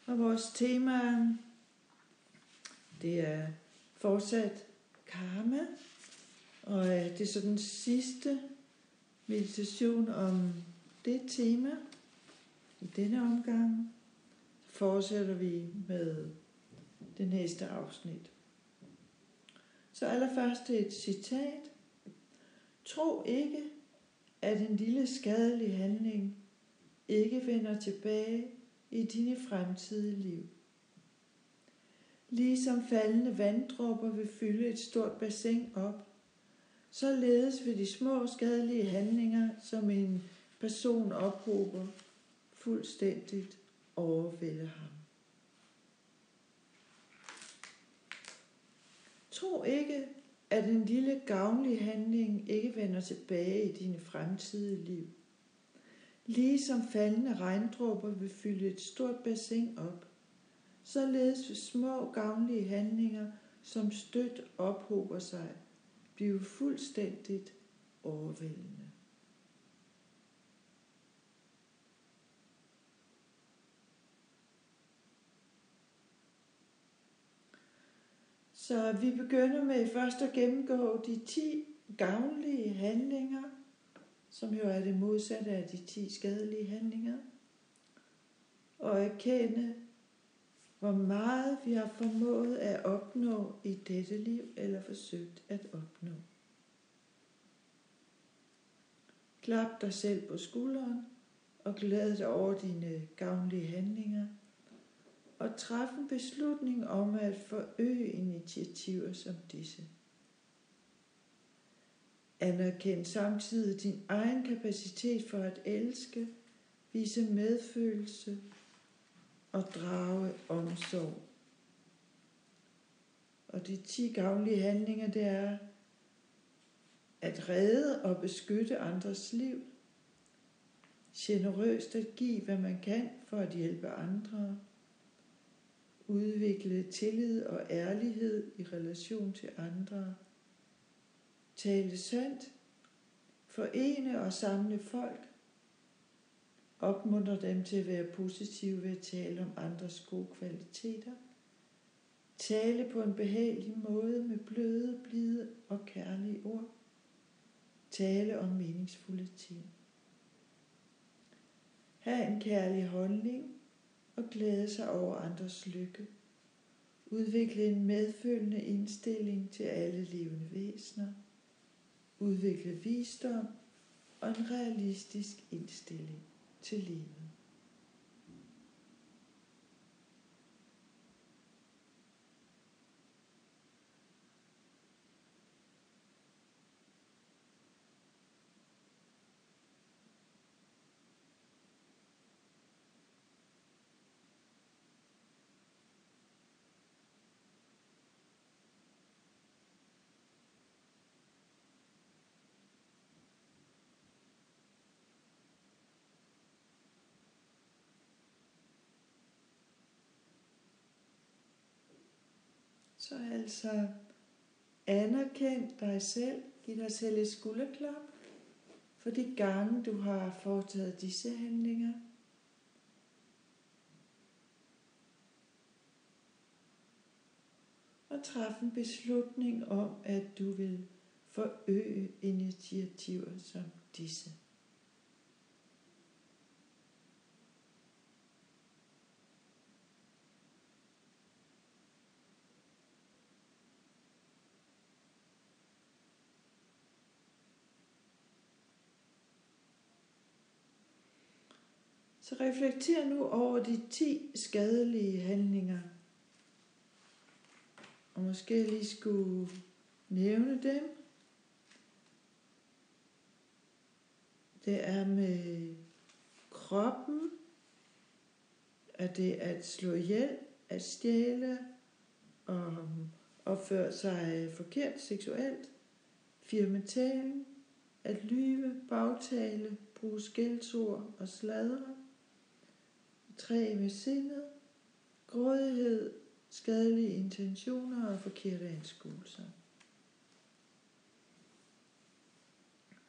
Og vores tema, det er fortsat karma, og det er så den sidste meditation om det tema. I denne omgang fortsætter vi med det næste afsnit. Så allerførst et citat. Tro ikke, at en lille skadelig handling ikke vender tilbage i dine fremtidige liv. Ligesom faldende vanddråber vil fylde et stort bassin op, således vil de små skadelige handlinger, som en person ophober, fuldstændigt overvælde ham. Tro ikke, at en lille gavnlig handling ikke vender tilbage i dine fremtidige liv. Ligesom faldende regndråber vil fylde et stort bassin op, således vil små gavnlige handlinger, som stødt ophober sig, blive fuldstændigt overvældende. Så vi begynder med først at gennemgå de 10 gavnlige handlinger, som jo er det modsatte af de 10 skadelige handlinger, og erkende, hvor meget vi har formået at opnå i dette liv, eller forsøgt at opnå. Klap dig selv på skulderen, og glæd dig over dine gavnlige handlinger, og træf en beslutning om at forøge initiativer som disse. Anerkend samtidig din egen kapacitet for at elske, vise medfølelse og drage omsorg. Og de 10 gavnlige handlinger, det er at redde og beskytte andres liv, generøst at give, hvad man kan for at hjælpe andre, udvikle tillid og ærlighed i relation til andre, tale sandt, forene og samle folk, opmuntre dem til at være positive ved at tale om andres gode kvaliteter, tale på en behagelig måde med bløde, blide og kærlige ord, tale om meningsfulde ting. Ha' en kærlig holdning og glæde sig over andres lykke. Udvikle en medfølende indstilling til alle levende væsener. Udvikle visdom og en realistisk indstilling til livet. Så altså anerkend dig selv, giv dig selv et skulderklap for de gange du har foretaget disse handlinger. Og træf en beslutning om, at du vil forøge initiativer som disse. Så reflekter nu over de 10 skadelige handlinger. Og måske lige skulle nævne dem. Det er med kroppen, at det er at slå ihjel, at stjæle og opføre sig forkert seksuelt, firmetalen, at lyve, bagtale, bruge skældsord og sladre, 3 med sindet, grådighed, skadelige intentioner og forkerte anskuelser.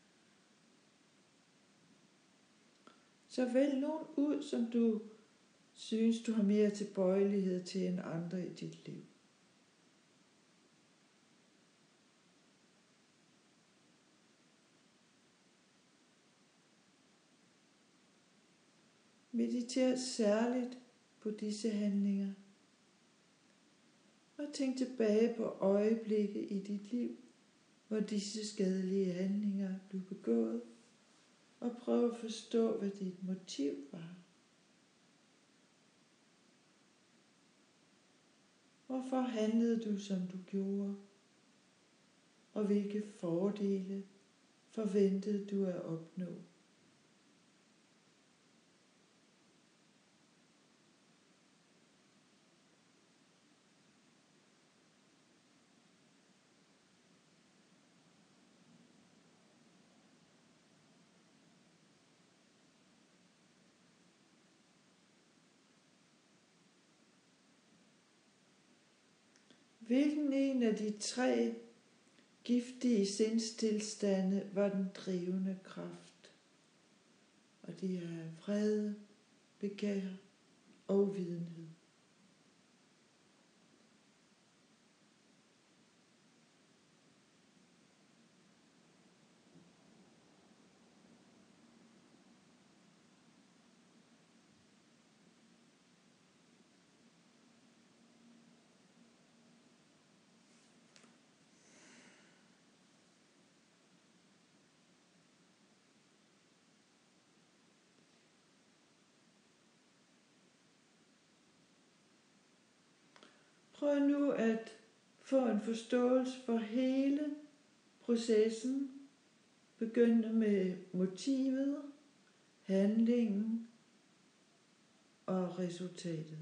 Så vælg nogen ud, som du synes du har mere tilbøjelighed til end andre i dit liv. Mediter særligt på disse handlinger, og tænk tilbage på øjeblikke i dit liv, hvor disse skadelige handlinger blev begået, og prøv at forstå, hvad dit motiv var. Hvorfor handlede du, som du gjorde, og hvilke fordele forventede du at opnå? Hvilken en af de 3 giftige sindstilstande var den drivende kraft? Og det er vrede, begær og uvidenhed. Prøv nu at få en forståelse for hele processen, begyndende med motivet, handlingen og resultatet.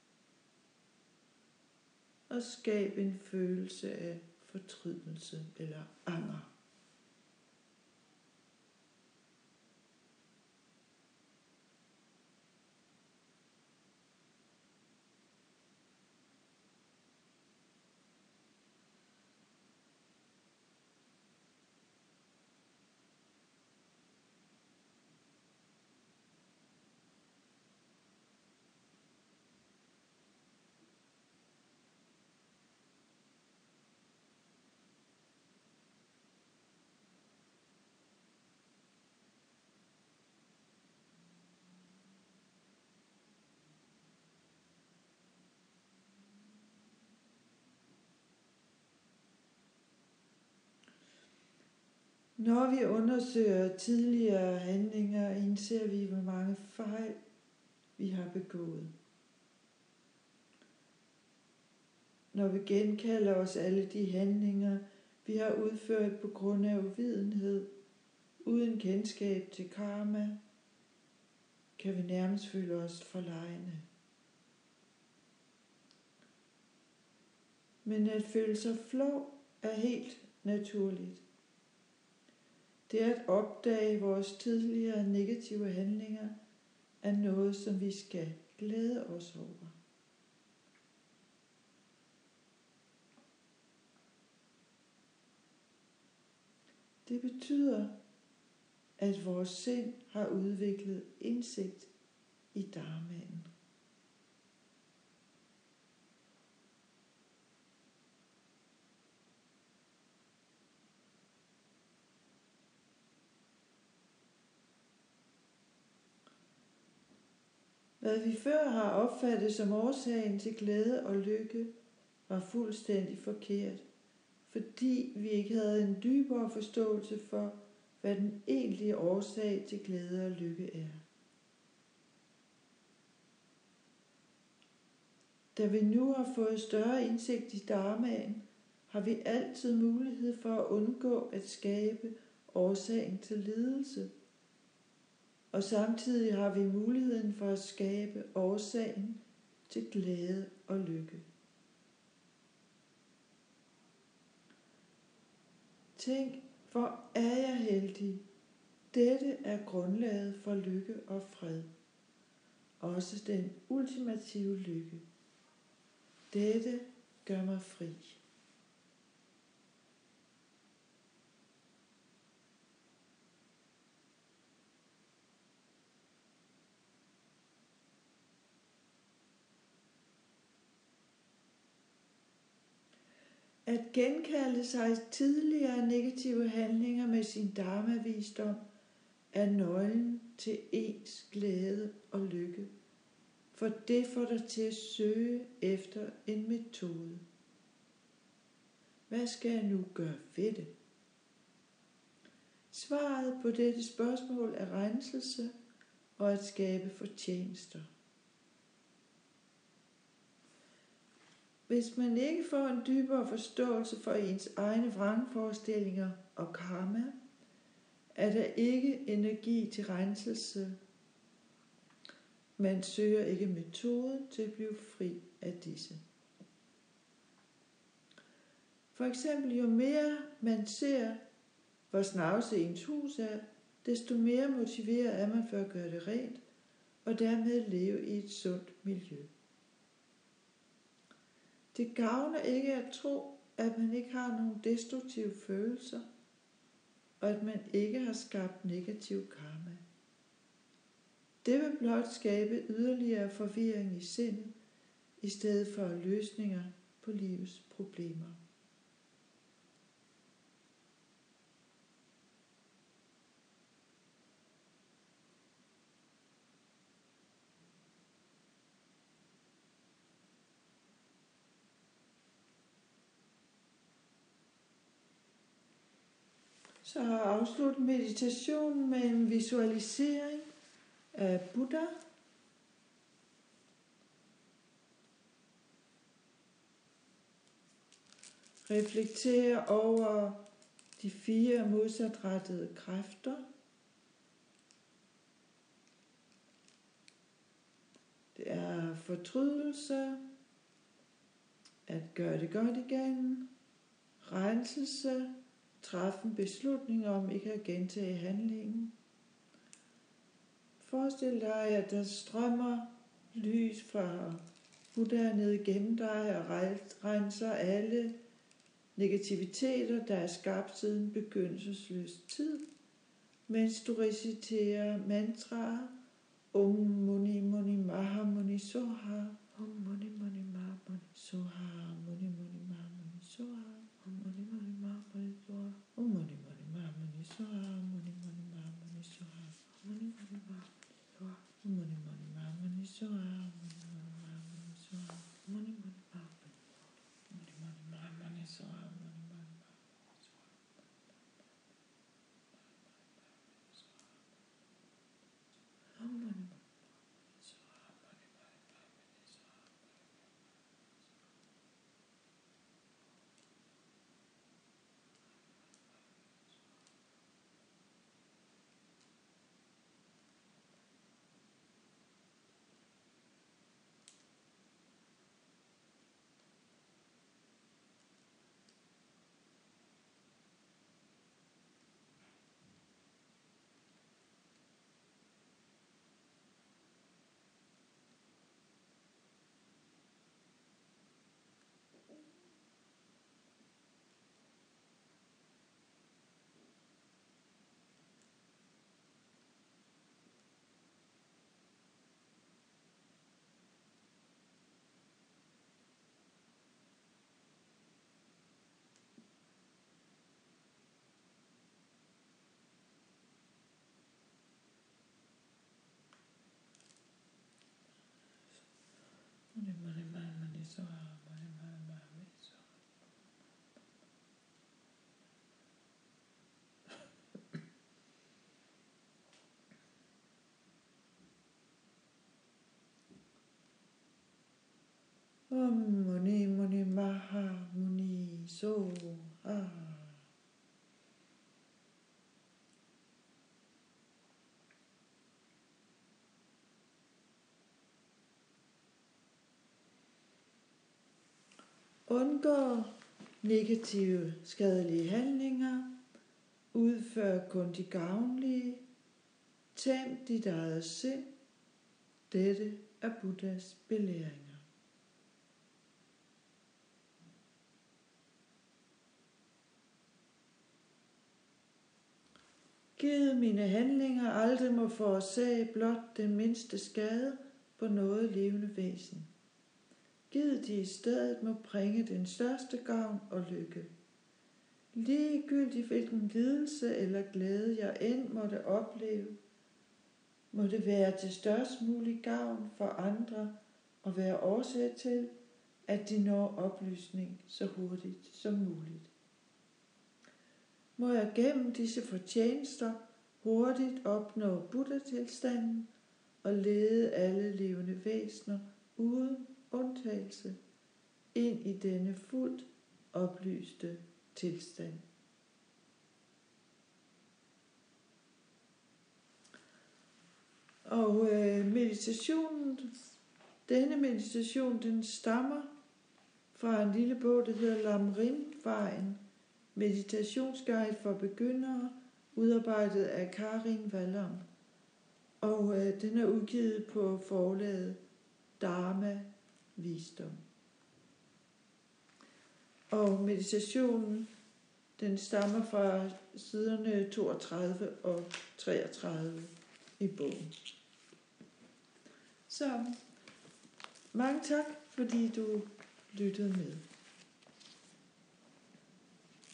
Og skab en følelse af fortrydelse eller anger. Når vi undersøger tidligere handlinger, indser vi, hvor mange fejl vi har begået. Når vi genkalder os alle de handlinger, vi har udført på grund af uvidenhed, uden kendskab til karma, kan vi nærmest føle os forlegne. Men at føle sig flov er helt naturligt. Det at opdage vores tidligere negative handlinger er noget, som vi skal glæde os over. Det betyder, at vores sind har udviklet indsigt i dharmaen. Hvad vi før har opfattet som årsagen til glæde og lykke, var fuldstændig forkert, fordi vi ikke havde en dybere forståelse for, hvad den egentlige årsag til glæde og lykke er. Da vi nu har fået større indsigt i dharmaen, har vi altid mulighed for at undgå at skabe årsagen til lidelse. Og samtidig har vi muligheden for at skabe årsagen til glæde og lykke. Tænk, hvor er jeg heldig. Dette er grundlaget for lykke og fred. Også den ultimative lykke. Dette gør mig fri. At genkalde sig tidligere negative handlinger med sin dharma-visdom er nøglen til ens glæde og lykke, for det får dig til at søge efter en metode. Hvad skal jeg nu gøre ved det? Svaret på dette spørgsmål er renselse og at skabe fortjenester. Hvis man ikke får en dybere forståelse for ens egne vrangforestillinger og karma, er der ikke energi til renselse. Man søger ikke metoden til at blive fri af disse. For eksempel, jo mere man ser, hvor snavset ens hus er, desto mere motiveret er man for at gøre det rent, og dermed leve i et sundt miljø. Det gavner ikke at tro, at man ikke har nogen destruktive følelser, og at man ikke har skabt negativ karma. Det vil blot skabe yderligere forvirring i sindet, i stedet for løsninger på livets problemer. Så afslut meditationen med en visualisering af Buddha. Reflekter over de 4 modsatrettede kræfter. Det er fortrydelse, at gøre det godt igen, renselse, træffe en beslutning om ikke at gentage handlingen. Forestil dig, at der strømmer lys fra Buddha ned igennem dig og renser alle negativiteter, der er skabt siden begyndelsesløs tid, mens du reciterer mantraer Om Muni Muni Maha Muni Soha, Om Muni Muni Maha Muni Soha, Muni Muni Maha Muni Soha, Om Muni Muni Maha Muni Soha, Om Muni Muni Maha Muni Soha, Muni Muni Maha Muni Soha, Muni Muni Maha Muni Soha, Muni Muni Maha Muni Soha, Muni Muni Maha Muni Soha, Muni Muni Maha Muni Soha, Muni Muni Om Muni Muni Maha Muni Soha. Undgå negative, skadelige handlinger. Udfør kun de gavnlige. Tæm dit eget sind. Dette er Buddhas belæringer. Gid mine handlinger aldrig må forårsage blot den mindste skade på noget levende væsen. Gid de i stedet må bringe den største gavn og lykke. Ligegyldigt hvilken lidelse eller glæde jeg end måtte opleve, må det være til størst mulig gavn for andre og være årsag til, at de når oplysning så hurtigt som muligt. Må jeg gennem disse fortjenester hurtigt opnå Buddha-tilstanden og lede alle levende væsener uden undtagelse ind i denne fuldt oplyste tilstand. Og denne meditation, den stammer fra en lille bog, der hedder Lam-Rim-vejen, meditationsguide for begyndere, udarbejdet af Karin Vallon. Og den er udgivet på forlaget Dharma Visdom. Og meditationen, den stammer fra siderne 32 og 33 i bogen. Så mange tak, fordi du lyttede med.